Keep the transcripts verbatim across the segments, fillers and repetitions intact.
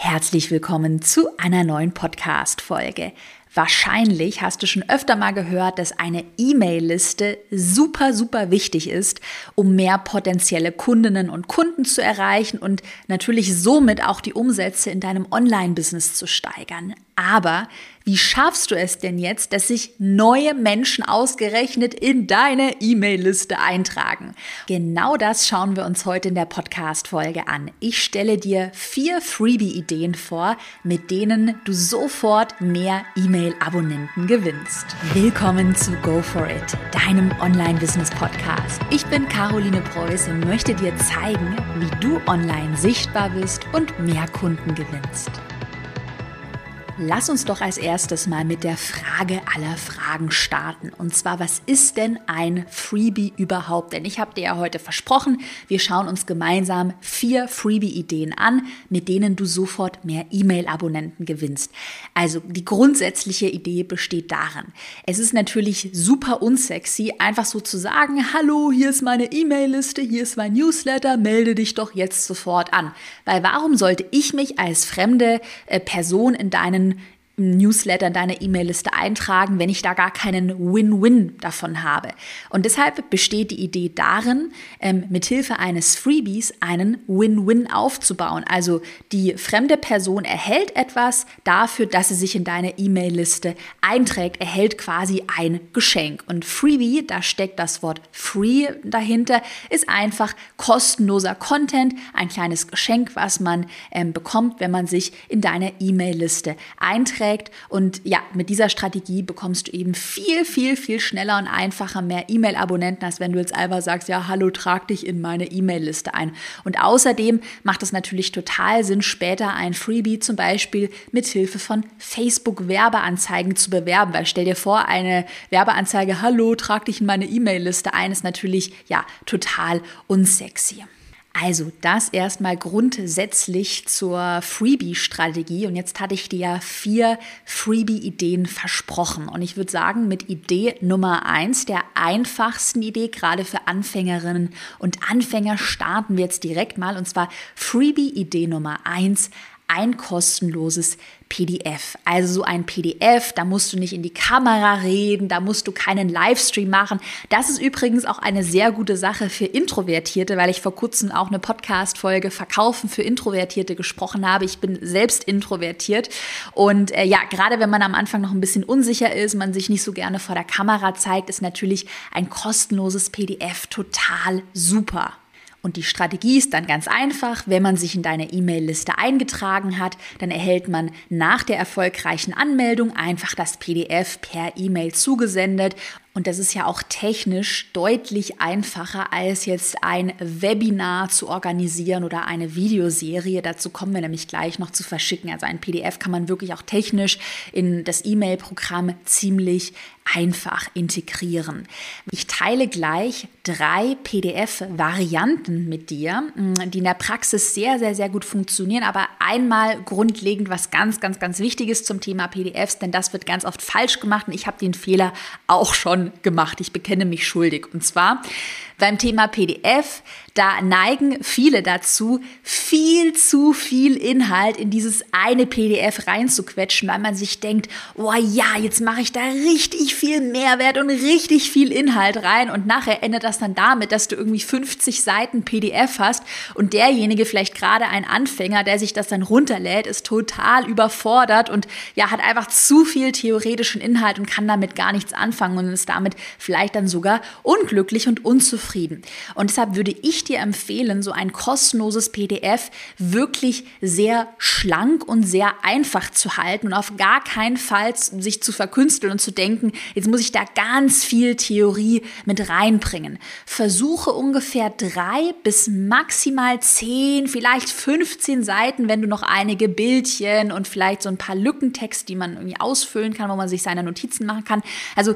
Herzlich willkommen zu einer neuen Podcast-Folge. Wahrscheinlich hast du schon öfter mal gehört, dass eine E-Mail-Liste super, super wichtig ist, um mehr potenzielle Kundinnen und Kunden zu erreichen und natürlich somit auch die Umsätze in deinem Online-Business zu steigern. Aber wie schaffst du es denn jetzt, dass sich neue Menschen ausgerechnet in deine E-Mail-Liste eintragen? Genau das schauen wir uns heute in der Podcast-Folge an. Ich stelle dir vier Freebie-Ideen vor, mit denen du sofort mehr E-Mail-Abonnenten gewinnst. Willkommen zu Go For It, deinem Online-Business-Podcast. Ich bin Caroline Preuß und möchte dir zeigen, wie du online sichtbar bist und mehr Kunden gewinnst. Lass uns doch als erstes mal mit der Frage aller Fragen starten. Und zwar, was ist denn ein Freebie überhaupt? Denn ich habe dir ja heute versprochen, wir schauen uns gemeinsam vier Freebie-Ideen an, mit denen du sofort mehr E-Mail-Abonnenten gewinnst. Also die grundsätzliche Idee besteht darin. Es ist natürlich super unsexy, einfach so zu sagen, hallo, hier ist meine E-Mail-Liste, hier ist mein Newsletter, melde dich doch jetzt sofort an. Weil warum sollte ich mich als fremde äh, Person in deinen Newsletter in deine E-Mail-Liste eintragen, wenn ich da gar keinen Win-Win davon habe. Und deshalb besteht die Idee darin, ähm, mithilfe eines Freebies einen Win-Win aufzubauen. Also die fremde Person erhält etwas dafür, dass sie sich in deine E-Mail-Liste einträgt, erhält quasi ein Geschenk. Und Freebie, da steckt das Wort Free dahinter, ist einfach kostenloser Content, ein kleines Geschenk, was man ähm, bekommt, wenn man sich in deine E-Mail-Liste einträgt. Und ja, mit dieser Strategie bekommst du eben viel, viel, viel schneller und einfacher mehr E-Mail-Abonnenten, als wenn du jetzt einfach sagst, ja, hallo, trag dich in meine E-Mail-Liste ein. Und außerdem macht es natürlich total Sinn, später ein Freebie zum Beispiel mit Hilfe von Facebook-Werbeanzeigen zu bewerben, weil stell dir vor, eine Werbeanzeige, hallo, trag dich in meine E-Mail-Liste ein, ist natürlich, ja, total unsexy. Also das erstmal grundsätzlich zur Freebie-Strategie und jetzt hatte ich dir ja vier Freebie-Ideen versprochen und ich würde sagen, mit Idee Nummer eins, der einfachsten Idee, gerade für Anfängerinnen und Anfänger, starten wir jetzt direkt mal und zwar Freebie-Idee Nummer eins, ein kostenloses P D F. Also so ein P D F, da musst du nicht in die Kamera reden, da musst du keinen Livestream machen. Das ist übrigens auch eine sehr gute Sache für Introvertierte, weil ich vor kurzem auch eine Podcast-Folge Verkaufen für Introvertierte gesprochen habe. Ich bin selbst introvertiert und äh, ja, gerade wenn man am Anfang noch ein bisschen unsicher ist, man sich nicht so gerne vor der Kamera zeigt, ist natürlich ein kostenloses P D F total super. Und die Strategie ist dann ganz einfach, wenn man sich in deine E-Mail-Liste eingetragen hat, dann erhält man nach der erfolgreichen Anmeldung einfach das P D F per E-Mail zugesendet. Und das ist ja auch technisch deutlich einfacher, als jetzt ein Webinar zu organisieren oder eine Videoserie. Dazu kommen wir nämlich gleich noch zu verschicken. Also ein P D F kann man wirklich auch technisch in das E-Mail-Programm ziemlich einfach integrieren. Ich teile gleich drei P D F-Varianten mit dir, die in der Praxis sehr, sehr, sehr gut funktionieren. Aber einmal grundlegend was ganz, ganz, ganz Wichtiges zum Thema P D Fs, denn das wird ganz oft falsch gemacht und ich habe den Fehler auch schon gemacht. Ich bekenne mich schuldig. Und zwar beim Thema P D F, da neigen viele dazu, viel zu viel Inhalt in dieses eine P D F reinzuquetschen, weil man sich denkt, oh ja, jetzt mache ich da richtig viel Mehrwert und richtig viel Inhalt rein und nachher endet das dann damit, dass du irgendwie fünfzig Seiten P D F hast und derjenige, vielleicht gerade ein Anfänger, der sich das dann runterlädt, ist total überfordert und ja, hat einfach zu viel theoretischen Inhalt und kann damit gar nichts anfangen und ist damit vielleicht dann sogar unglücklich und unzufrieden. Und deshalb würde ich dir empfehlen, so ein kostenloses P D F wirklich sehr schlank und sehr einfach zu halten und auf gar keinen Fall sich zu verkünsteln und zu denken, jetzt muss ich da ganz viel Theorie mit reinbringen. Versuche ungefähr drei bis maximal zehn, vielleicht fünfzehn Seiten, wenn du noch einige Bildchen und vielleicht so ein paar Lückentext, die man irgendwie ausfüllen kann, wo man sich seine Notizen machen kann. Also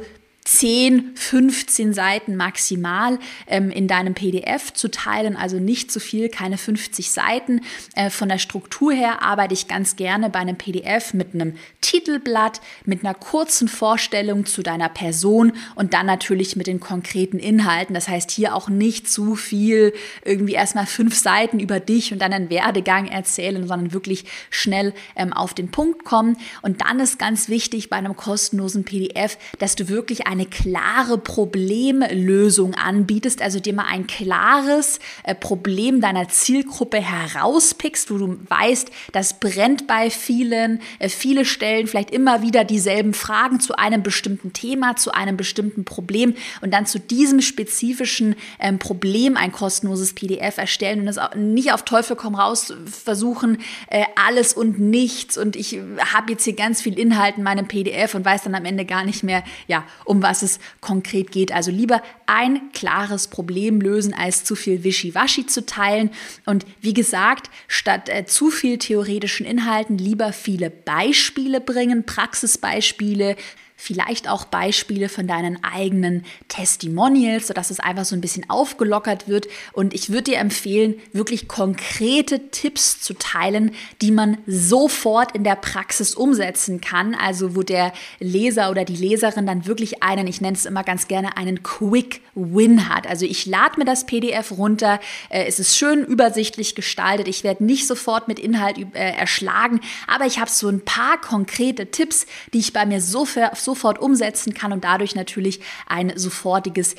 zehn, fünfzehn Seiten maximal ähm, in deinem P D F zu teilen, also nicht zu viel, keine fünfzig Seiten. Äh, von der Struktur her arbeite ich ganz gerne bei einem P D F mit einem Titelblatt, mit einer kurzen Vorstellung zu deiner Person und dann natürlich mit den konkreten Inhalten. Das heißt, hier auch nicht zu viel, irgendwie erstmal fünf Seiten über dich und dann einen Werdegang erzählen, sondern wirklich schnell ähm, auf den Punkt kommen. Und dann ist ganz wichtig bei einem kostenlosen P D F, dass du wirklich eine klare Problemlösung anbietest, also dir mal ein klares äh, Problem deiner Zielgruppe herauspickst, wo du weißt, das brennt bei vielen, äh, viele stellen vielleicht immer wieder dieselben Fragen zu einem bestimmten Thema, zu einem bestimmten Problem und dann zu diesem spezifischen ähm, Problem ein kostenloses P D F erstellen und es auch nicht auf Teufel komm raus versuchen, äh, alles und nichts und ich habe jetzt hier ganz viel Inhalt in meinem P D F und weiß dann am Ende gar nicht mehr, ja, um was es konkret geht. Also lieber ein klares Problem lösen, als zu viel Wischiwaschi zu teilen. Und wie gesagt, statt äh, zu viel theoretischen Inhalten lieber viele Beispiele bringen, Praxisbeispiele, vielleicht auch Beispiele von deinen eigenen Testimonials, sodass es einfach so ein bisschen aufgelockert wird. Und ich würde dir empfehlen, wirklich konkrete Tipps zu teilen, die man sofort in der Praxis umsetzen kann. Also wo der Leser oder die Leserin dann wirklich einen, ich nenne es immer ganz gerne, einen Quick Win hat. Also ich lade mir das P D F runter, äh, es ist schön übersichtlich gestaltet, ich werde nicht sofort mit Inhalt äh, erschlagen, aber ich habe so ein paar konkrete Tipps, die ich bei mir sofort sofort umsetzen kann und dadurch natürlich ein sofortiges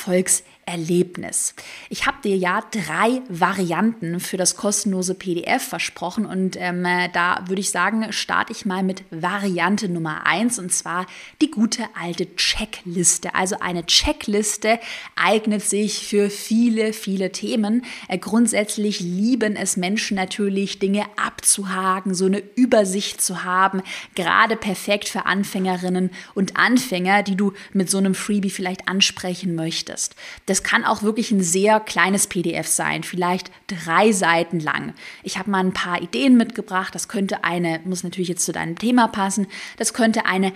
Erfolgserlebnis. Ich habe dir ja drei Varianten für das kostenlose P D F versprochen und ähm, da würde ich sagen, starte ich mal mit Variante Nummer eins und zwar die gute alte Checkliste. Also eine Checkliste eignet sich für viele, viele Themen. Äh, grundsätzlich lieben es Menschen natürlich, Dinge abzuhaken, so eine Übersicht zu haben, gerade perfekt für Anfängerinnen und Anfänger, die du mit so einem Freebie vielleicht ansprechen möchtest. Das kann auch wirklich ein sehr kleines P D F sein, vielleicht drei Seiten lang. Ich habe mal ein paar Ideen mitgebracht. Das könnte eine, muss natürlich jetzt zu deinem Thema passen, das könnte eine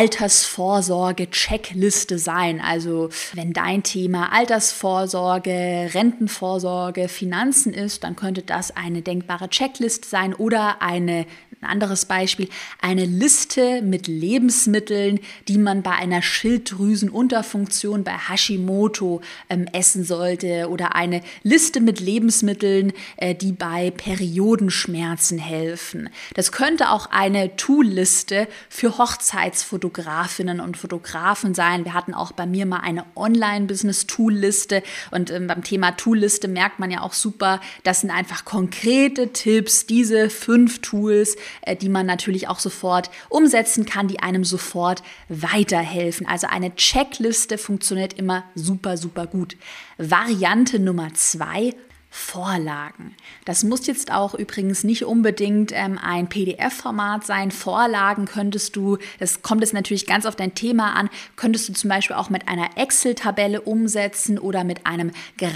Altersvorsorge-Checkliste sein. Also wenn dein Thema Altersvorsorge, Rentenvorsorge, Finanzen ist, dann könnte das eine denkbare Checkliste sein oder eine Ein anderes Beispiel, eine Liste mit Lebensmitteln, die man bei einer Schilddrüsenunterfunktion bei Hashimoto ähm, essen sollte oder eine Liste mit Lebensmitteln, äh, die bei Periodenschmerzen helfen. Das könnte auch eine To-Liste für Hochzeitsfotografinnen und Fotografen sein. Wir hatten auch bei mir mal eine Online-Business-To-Liste und ähm, beim Thema To-Liste merkt man ja auch super, das sind einfach konkrete Tipps, diese fünf Tools, die man natürlich auch sofort umsetzen kann, die einem sofort weiterhelfen. Also eine Checkliste funktioniert immer super, super gut. Variante Nummer zwei, Vorlagen. Das muss jetzt auch übrigens nicht unbedingt ähm, ein P D F-Format sein. Vorlagen könntest du, das kommt jetzt natürlich ganz auf dein Thema an, könntest du zum Beispiel auch mit einer Excel-Tabelle umsetzen oder mit einem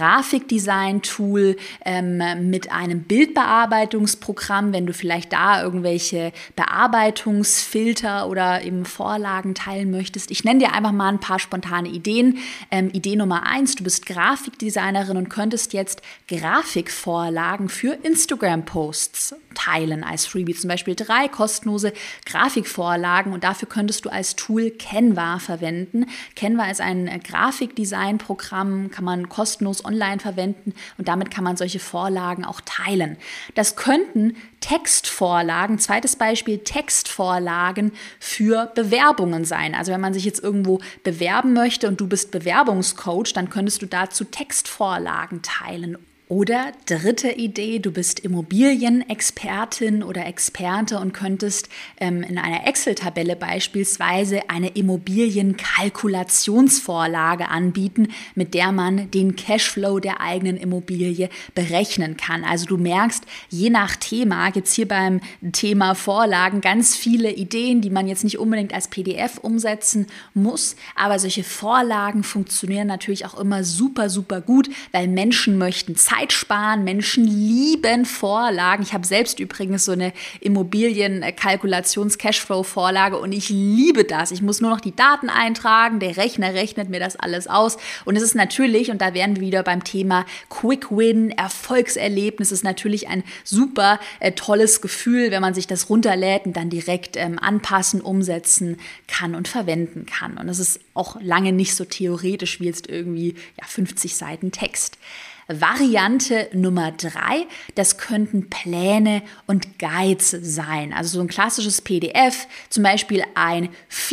Grafikdesign-Tool, ähm, mit einem Bildbearbeitungsprogramm, wenn du vielleicht da irgendwelche Bearbeitungsfilter oder eben Vorlagen teilen möchtest. Ich nenne dir einfach mal ein paar spontane Ideen. Ähm, Idee Nummer eins, du bist Grafikdesignerin und könntest jetzt Grafikvorlagen für Instagram-Posts teilen als Freebie. Zum Beispiel drei kostenlose Grafikvorlagen und dafür könntest du als Tool Canva verwenden. Canva ist ein Grafikdesign-Programm, kann man kostenlos online verwenden und damit kann man solche Vorlagen auch teilen. Das könnten Textvorlagen, zweites Beispiel, Textvorlagen für Bewerbungen sein. Also wenn man sich jetzt irgendwo bewerben möchte und du bist Bewerbungscoach, dann könntest du dazu Textvorlagen teilen. Oder dritte Idee, du bist Immobilienexpertin oder Experte und könntest ähm, in einer Excel-Tabelle beispielsweise eine Immobilienkalkulationsvorlage anbieten, mit der man den Cashflow der eigenen Immobilie berechnen kann. Also du merkst, je nach Thema gibt es hier beim Thema Vorlagen ganz viele Ideen, die man jetzt nicht unbedingt als P D F umsetzen muss, aber solche Vorlagen funktionieren natürlich auch immer super, super gut, weil Menschen möchten Zeit Zeit sparen. Menschen lieben Vorlagen. Ich habe selbst übrigens so eine Immobilien-Kalkulations-Cashflow-Vorlage und ich liebe das. Ich muss nur noch die Daten eintragen, der Rechner rechnet mir das alles aus und es ist natürlich, und da wären wir wieder beim Thema Quick Win, Erfolgserlebnis, ist natürlich ein super äh, tolles Gefühl, wenn man sich das runterlädt und dann direkt ähm, anpassen, umsetzen kann und verwenden kann. Und es ist auch lange nicht so theoretisch wie jetzt irgendwie ja, fünfzig Seiten Text. Variante Nummer drei, das könnten Pläne und Guides sein. Also so ein klassisches P D F, zum Beispiel ein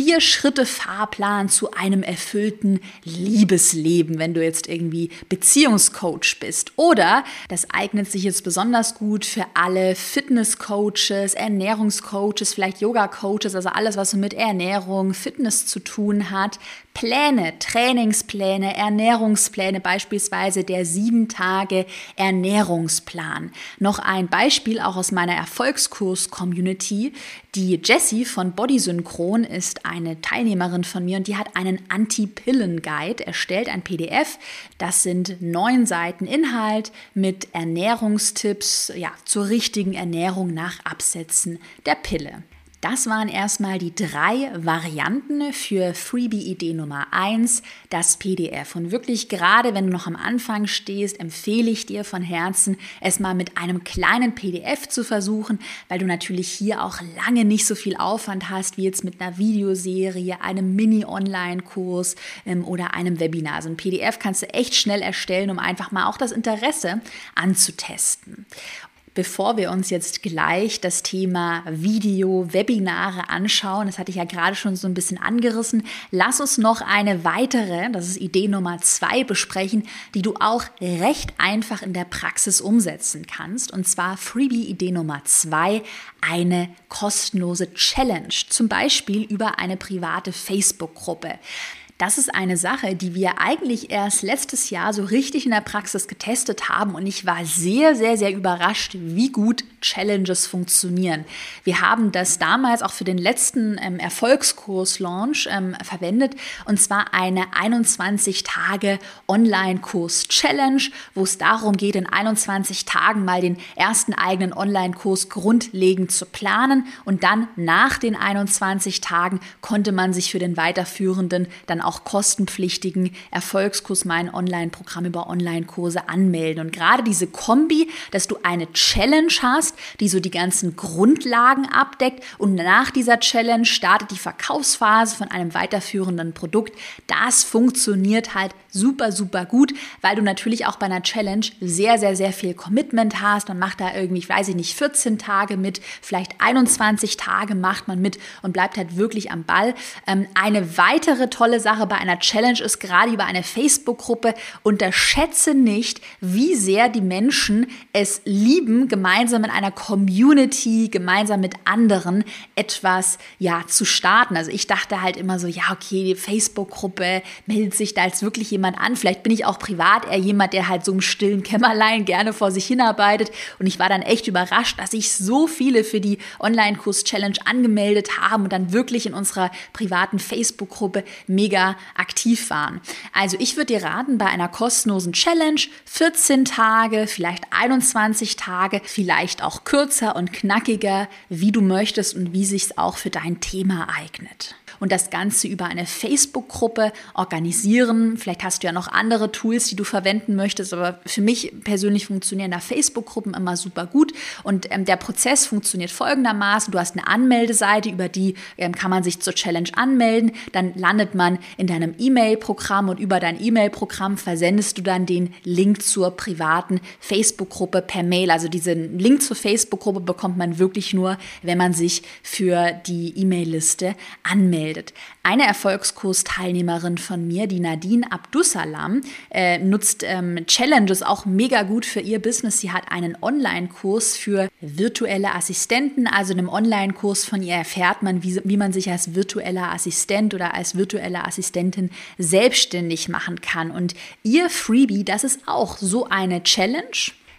Vier-Schritte-Fahrplan zu einem erfüllten Liebesleben, wenn du jetzt irgendwie Beziehungscoach bist. Oder, das eignet sich jetzt besonders gut für alle Fitnesscoaches, Ernährungscoaches, vielleicht Yoga-Coaches, also alles, was so mit Ernährung, Fitness zu tun hat. Pläne, Trainingspläne, Ernährungspläne, beispielsweise der sieben Tage Ernährungsplan. Noch ein Beispiel auch aus meiner Erfolgskurs-Community. Die Jessie von Bodysynchron ist eine Teilnehmerin von mir und die hat einen Anti-Pillen-Guide erstellt, ein P D F. Das sind neun Seiten Inhalt mit Ernährungstipps, ja, zur richtigen Ernährung nach Absetzen der Pille. Das waren erstmal die drei Varianten für Freebie-Idee Nummer eins, das P D F. Und wirklich gerade, wenn du noch am Anfang stehst, empfehle ich dir von Herzen, es mal mit einem kleinen P D F zu versuchen, weil du natürlich hier auch lange nicht so viel Aufwand hast, wie jetzt mit einer Videoserie, einem Mini-Online-Kurs ähm, oder einem Webinar. Also ein P D F kannst du echt schnell erstellen, um einfach mal auch das Interesse anzutesten. Bevor wir uns jetzt gleich das Thema Video, Webinare anschauen, das hatte ich ja gerade schon so ein bisschen angerissen, lass uns noch eine weitere, das ist Idee Nummer zwei, besprechen, die du auch recht einfach in der Praxis umsetzen kannst. Und zwar Freebie-Idee Nummer zwei, eine kostenlose Challenge, zum Beispiel über eine private Facebook-Gruppe. Das ist eine Sache, die wir eigentlich erst letztes Jahr so richtig in der Praxis getestet haben und ich war sehr, sehr, sehr überrascht, wie gut Challenges funktionieren. Wir haben das damals auch für den letzten ähm, Erfolgskurs-Launch ähm, verwendet und zwar eine einundzwanzig Tage Online-Kurs-Challenge, wo es darum geht, in einundzwanzig Tagen mal den ersten eigenen Online-Kurs grundlegend zu planen und dann nach den einundzwanzig Tagen konnte man sich für den weiterführenden dann auch auch kostenpflichtigen Erfolgskurs, mein Online-Programm über Online-Kurse anmelden. Und gerade diese Kombi, dass du eine Challenge hast, die so die ganzen Grundlagen abdeckt und nach dieser Challenge startet die Verkaufsphase von einem weiterführenden Produkt, das funktioniert halt super, super gut, weil du natürlich auch bei einer Challenge sehr, sehr, sehr viel Commitment hast. Man macht da irgendwie, ich weiß nicht, vierzehn Tage mit, vielleicht einundzwanzig Tage macht man mit und bleibt halt wirklich am Ball. Ähm, eine weitere tolle Sache bei einer Challenge ist gerade über eine Facebook-Gruppe, unterschätze nicht, wie sehr die Menschen es lieben, gemeinsam in einer Community, gemeinsam mit anderen etwas ja zu starten. Also ich dachte halt immer so, ja okay, die Facebook-Gruppe meldet sich da jetzt wirklich jemand an. Vielleicht bin ich auch privat eher jemand, der halt so im stillen Kämmerlein gerne vor sich hinarbeitet und ich war dann echt überrascht, dass sich so viele für die Online-Kurs-Challenge angemeldet haben und dann wirklich in unserer privaten Facebook-Gruppe mega aktiv waren. Also ich würde dir raten, bei einer kostenlosen Challenge vierzehn Tage, vielleicht einundzwanzig Tage, vielleicht auch kürzer und knackiger, wie du möchtest und wie sich es auch für dein Thema eignet. Und das Ganze über eine Facebook-Gruppe organisieren. Vielleicht hast du ja noch andere Tools, die du verwenden möchtest, aber für mich persönlich funktionieren da Facebook-Gruppen immer super gut. Und ähm, der Prozess funktioniert folgendermaßen. Du hast eine Anmeldeseite, über die ähm, kann man sich zur Challenge anmelden. Dann landet man in deinem E-Mail-Programm und über dein E-Mail-Programm versendest du dann den Link zur privaten Facebook-Gruppe per Mail. Also diesen Link zur Facebook-Gruppe bekommt man wirklich nur, wenn man sich für die E-Mail-Liste anmeldet. Eine Erfolgskursteilnehmerin von mir, die Nadine Abdussalam, äh, nutzt ähm, Challenges auch mega gut für ihr Business. Sie hat einen Online-Kurs für virtuelle Assistenten. Also in einem Online-Kurs von ihr erfährt man, wie, wie man sich als virtueller Assistent oder als virtuelle Assistentin selbstständig machen kann. Und ihr Freebie, das ist auch so eine Challenge.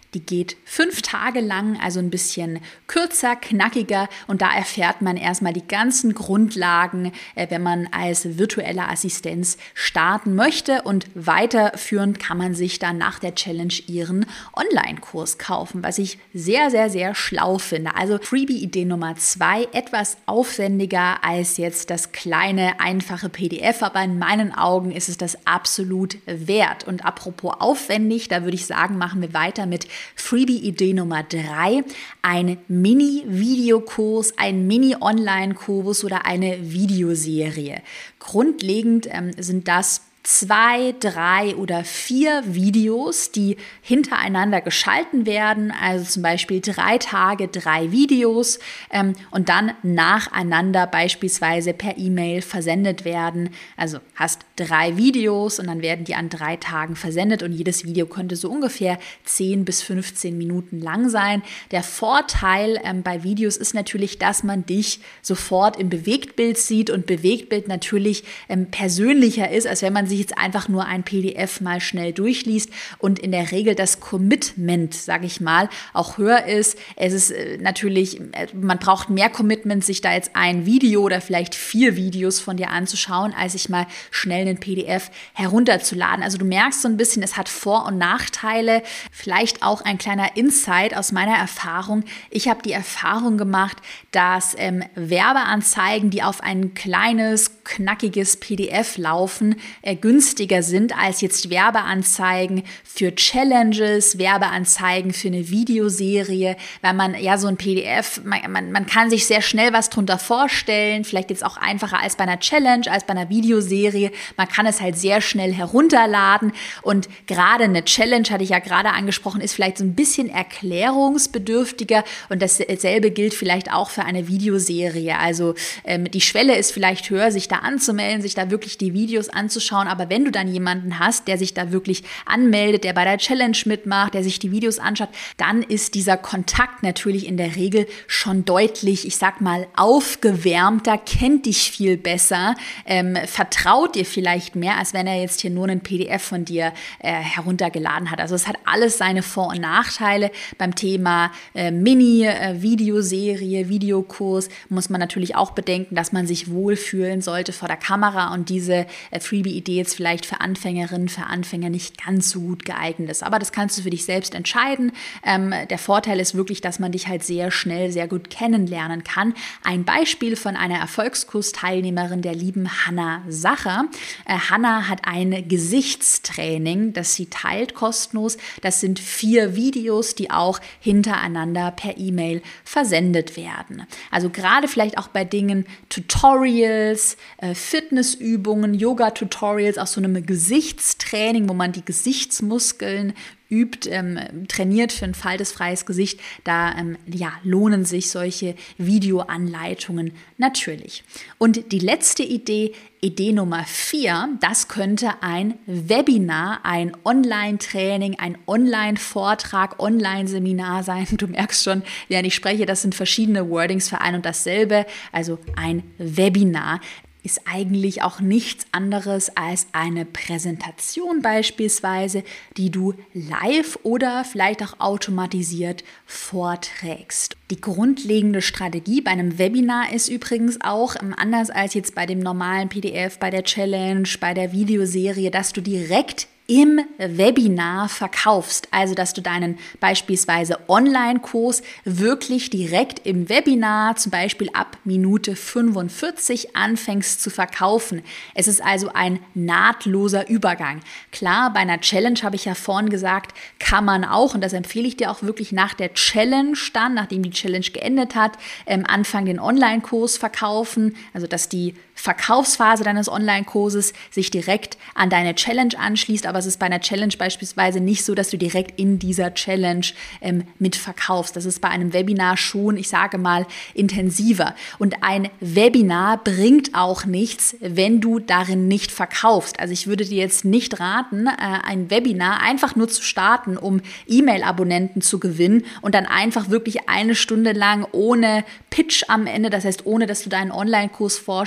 Die geht fünf Tage lang, also ein bisschen kürzer, knackiger und da erfährt man erstmal die ganzen Grundlagen, äh, wenn man als virtuelle Assistenz starten möchte und weiterführend kann man sich dann nach der Challenge ihren Online-Kurs kaufen, was ich sehr, sehr, sehr schlau finde. Also Freebie-Idee Nummer zwei, etwas aufwendiger als jetzt das kleine, einfache P D F, aber in meinen Augen ist es das absolut wert. Und apropos aufwendig, da würde ich sagen, machen wir weiter mit Freebie-Idee Nummer drei, ein Mini-Videokurs, ein Mini-Online-Kurs oder eine Videoserie. Grundlegend ähm, sind das zwei, drei oder vier Videos, die hintereinander geschalten werden, also zum Beispiel drei Tage, drei Videos ähm, und dann nacheinander beispielsweise per E-Mail versendet werden. Also hast drei Videos und dann werden die an drei Tagen versendet und jedes Video könnte so ungefähr zehn bis fünfzehn Minuten lang sein. Der Vorteil ähm, bei Videos ist natürlich, dass man dich sofort im Bewegtbild sieht und Bewegtbild natürlich ähm, persönlicher ist, als wenn man sich jetzt einfach nur ein P D F mal schnell durchliest und in der Regel das Commitment, sage ich mal, auch höher ist. Es ist äh, natürlich, äh, man braucht mehr Commitment, sich da jetzt ein Video oder vielleicht vier Videos von dir anzuschauen, als sich mal schnell einen P D F herunterzuladen. Also du merkst so ein bisschen, es hat Vor- und Nachteile. Vielleicht auch ein kleiner Insight aus meiner Erfahrung. Ich habe die Erfahrung gemacht, dass ähm, Werbeanzeigen, die auf ein kleines, knackiges P D F laufen, äh, günstiger sind als jetzt Werbeanzeigen für Challenges, Werbeanzeigen für eine Videoserie, weil man ja so ein P D F, man, man, man kann sich sehr schnell was drunter vorstellen, vielleicht jetzt auch einfacher als bei einer Challenge, als bei einer Videoserie. Man kann es halt sehr schnell herunterladen und gerade eine Challenge, hatte ich ja gerade angesprochen, ist vielleicht so ein bisschen erklärungsbedürftiger und dasselbe gilt vielleicht auch für eine Videoserie. Also ähm, die Schwelle ist vielleicht höher, sich da anzumelden, sich da wirklich die Videos anzuschauen, aber wenn du dann jemanden hast, der sich da wirklich anmeldet, der bei der Challenge mitmacht, der sich die Videos anschaut, dann ist dieser Kontakt natürlich in der Regel schon deutlich, ich sag mal, aufgewärmter, kennt dich viel besser, ähm, vertraut dir vielleicht mehr, als wenn er jetzt hier nur einen P D F von dir äh, heruntergeladen hat. Also es hat alles seine Vor- und Nachteile. Beim Thema äh, Mini-Videoserie, äh, Videokurs muss man natürlich auch bedenken, dass man sich wohlfühlen sollte vor der Kamera und diese äh, Freebie-Idee jetzt vielleicht für Anfängerinnen, für Anfänger nicht ganz so gut geeignet ist. Aber das kannst du für dich selbst entscheiden. Ähm, der Vorteil ist wirklich, dass man dich halt sehr schnell, sehr gut kennenlernen kann. Ein Beispiel von einer Erfolgskursteilnehmerin, der lieben Hanna Sacher. Äh, Hanna hat ein Gesichtstraining, das sie teilt kostenlos. Das sind vier Videos, die auch hintereinander per E-Mail versendet werden. Also gerade vielleicht auch bei Dingen Tutorials, äh, Fitnessübungen, Yoga-Tutorials, auch so einem Gesichtstraining, wo man die Gesichtsmuskeln übt, ähm, trainiert für ein faltesfreies Gesicht, da ähm, ja, lohnen sich solche Videoanleitungen natürlich. Und die letzte Idee, Idee Nummer vier, das könnte ein Webinar, ein Online-Training, ein Online-Vortrag, Online-Seminar sein. Du merkst schon, während ich spreche, das sind verschiedene Wordings für ein und dasselbe, also ein Webinar. Ist eigentlich auch nichts anderes als eine Präsentation beispielsweise, die du live oder vielleicht auch automatisiert vorträgst. Die grundlegende Strategie bei einem Webinar ist übrigens auch, anders als jetzt bei dem normalen P D F, bei der Challenge, bei der Videoserie, dass du direkt im Webinar verkaufst, also dass du deinen beispielsweise Online-Kurs wirklich direkt im Webinar, zum Beispiel ab Minute fünfundvierzig, anfängst zu verkaufen. Es ist also ein nahtloser Übergang. Klar, bei einer Challenge, habe ich ja vorhin gesagt, kann man auch, und das empfehle ich dir auch wirklich nach der Challenge dann, nachdem die Challenge geendet hat, ähm, anfangen den Online-Kurs verkaufen, also dass die Verkaufsphase deines Online-Kurses sich direkt an deine Challenge anschließt, aber es ist bei einer Challenge beispielsweise nicht so, dass du direkt in dieser Challenge ähm, mitverkaufst. Das ist bei einem Webinar schon, ich sage mal, intensiver. Und ein Webinar bringt auch nichts, wenn du darin nicht verkaufst. Also ich würde dir jetzt nicht raten, äh, ein Webinar einfach nur zu starten, um E-Mail-Abonnenten zu gewinnen und dann einfach wirklich eine Stunde lang ohne Pitch am Ende, das heißt ohne, dass du deinen Online-Kurs vorstellst,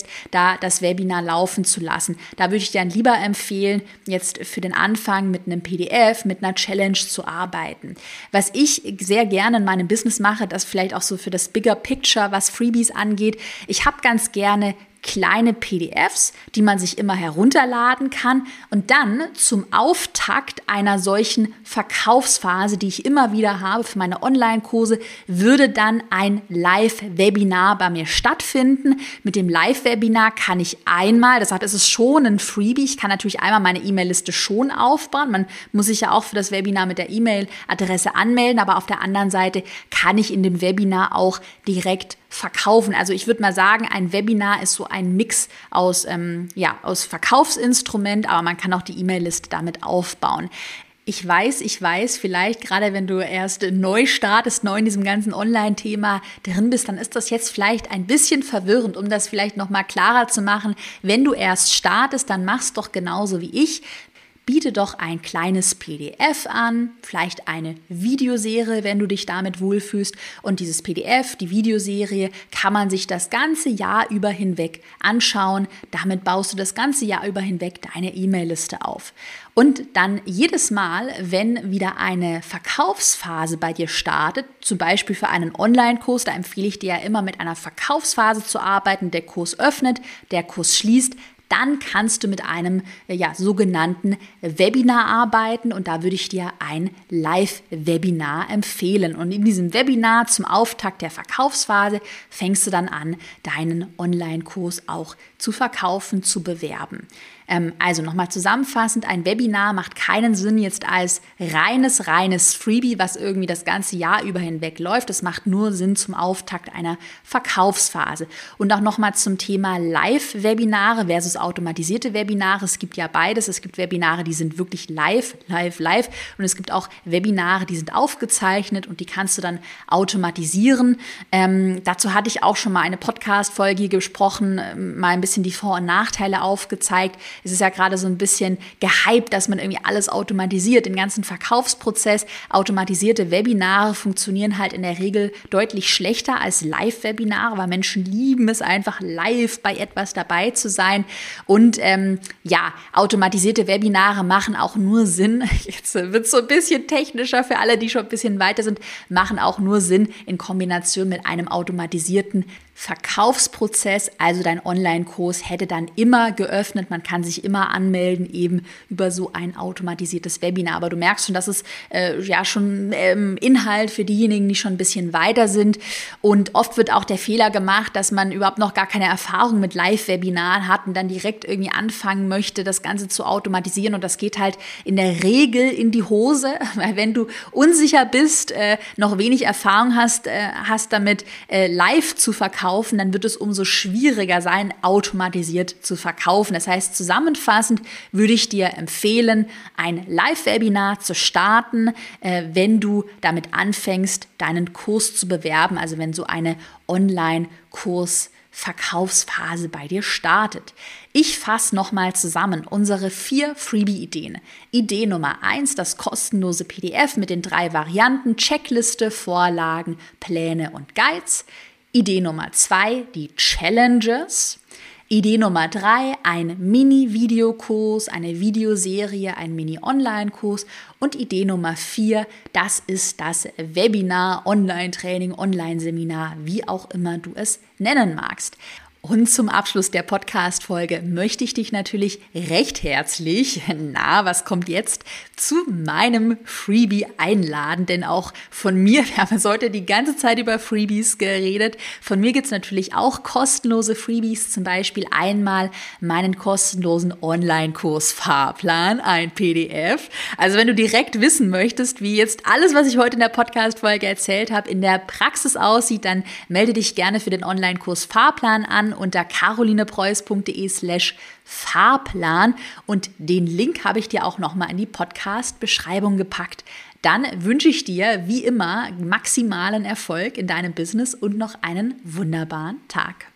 entscheidest, da das Webinar laufen zu lassen. Da würde ich dir dann lieber empfehlen, jetzt für den Anfang mit einem P D F, mit einer Challenge zu arbeiten. Was ich sehr gerne in meinem Business mache, das vielleicht auch so für das Bigger Picture, was Freebies angeht. Ich habe ganz gerne kleine P D Fs, die man sich immer herunterladen kann und dann zum Auftakt einer solchen Verkaufsphase, die ich immer wieder habe für meine Online-Kurse, würde dann ein Live-Webinar bei mir stattfinden. Mit dem Live-Webinar kann ich einmal, das heißt, es ist schon ein Freebie, ich kann natürlich einmal meine E-Mail-Liste schon aufbauen. Man muss sich ja auch für das Webinar mit der E-Mail-Adresse anmelden, aber auf der anderen Seite kann ich in dem Webinar auch direkt verkaufen. Also ich würde mal sagen, ein Webinar ist so ein Mix aus, ähm, ja, aus Verkaufsinstrument, aber man kann auch die E-Mail-Liste damit aufbauen. Ich weiß, ich weiß, vielleicht gerade wenn du erst neu startest, neu in diesem ganzen Online-Thema drin bist, dann ist das jetzt vielleicht ein bisschen verwirrend, um das vielleicht nochmal klarer zu machen. Wenn du erst startest, dann mach's doch genauso wie ich. Biete doch ein kleines P D F an, vielleicht eine Videoserie, wenn du dich damit wohlfühlst. Und dieses P D F, die Videoserie, kann man sich das ganze Jahr über hinweg anschauen. Damit baust du das ganze Jahr über hinweg deine E-Mail-Liste auf. Und dann jedes Mal, wenn wieder eine Verkaufsphase bei dir startet, zum Beispiel für einen Online-Kurs, da empfehle ich dir ja immer mit einer Verkaufsphase zu arbeiten. Der Kurs öffnet, der Kurs schließt. Dann kannst du mit einem ja, sogenannten Webinar arbeiten und da würde ich dir ein Live-Webinar empfehlen. Und in diesem Webinar zum Auftakt der Verkaufsphase fängst du dann an, deinen Online-Kurs auch zu verkaufen, zu bewerben. Ähm, also nochmal zusammenfassend, ein Webinar macht keinen Sinn jetzt als reines, reines Freebie, was irgendwie das ganze Jahr über hinweg läuft. Es macht nur Sinn zum Auftakt einer Verkaufsphase. Und auch nochmal zum Thema Live-Webinare versus automatisierte Webinare. Es gibt ja beides. Es gibt Webinare, die sind wirklich live, live, live. Und es gibt auch Webinare, die sind aufgezeichnet und die kannst du dann automatisieren. Ähm, dazu hatte ich auch schon mal eine Podcast-Folge gesprochen, ähm, mal ein bisschen die Vor- und Nachteile aufgezeigt. Es ist ja gerade so ein bisschen gehypt, dass man irgendwie alles automatisiert, den ganzen Verkaufsprozess. Automatisierte Webinare funktionieren halt in der Regel deutlich schlechter als Live-Webinare, weil Menschen lieben es einfach, live bei etwas dabei zu sein. Und ähm, ja, automatisierte Webinare machen auch nur Sinn, jetzt wird es so ein bisschen technischer für alle, die schon ein bisschen weiter sind, machen auch nur Sinn in Kombination mit einem automatisierten Verkaufsprozess, also dein Online-Kurs hätte dann immer geöffnet, man kann sich immer anmelden, eben über so ein automatisiertes Webinar. Aber du merkst schon, das ist äh, ja schon ähm, Inhalt für diejenigen, die schon ein bisschen weiter sind. Und oft wird auch der Fehler gemacht, dass man überhaupt noch gar keine Erfahrung mit Live-Webinaren hat und dann direkt irgendwie anfangen möchte, das Ganze zu automatisieren. Und das geht halt in der Regel in die Hose, weil wenn du unsicher bist, äh, noch wenig Erfahrung hast, äh, hast damit äh, live zu verkaufen, dann wird es umso schwieriger sein, automatisiert zu verkaufen. Das heißt, zusammenfassend würde ich dir empfehlen, ein Live-Webinar zu starten, äh, wenn du damit anfängst, deinen Kurs zu bewerben, also wenn so eine Online-Kurs Verkaufsphase bei dir startet. Ich fasse nochmal zusammen unsere vier Freebie-Ideen. Idee Nummer eins, das kostenlose P D F mit den drei Varianten, Checkliste, Vorlagen, Pläne und Guides. Idee Nummer zwei, die Challenges. Idee Nummer drei, ein Mini-Videokurs, eine Videoserie, ein Mini-Online-Kurs. Und Idee Nummer vier, das ist das Webinar, Online-Training, Online-Seminar, wie auch immer du es nennen magst. Und zum Abschluss der Podcast-Folge möchte ich dich natürlich recht herzlich, na, was kommt jetzt, zu meinem Freebie einladen. Denn auch von mir, wir haben heute die ganze Zeit über Freebies geredet, von mir gibt es natürlich auch kostenlose Freebies, zum Beispiel einmal meinen kostenlosen Online-Kurs-Fahrplan, ein P D F. Also wenn du direkt wissen möchtest, wie jetzt alles, was ich heute in der Podcast-Folge erzählt habe, in der Praxis aussieht, dann melde dich gerne für den Online-Kurs-Fahrplan an unter carolinepreuß.de slash Fahrplan und den Link habe ich dir auch nochmal in die Podcast-Beschreibung gepackt. Dann wünsche ich dir wie immer maximalen Erfolg in deinem Business und noch einen wunderbaren Tag.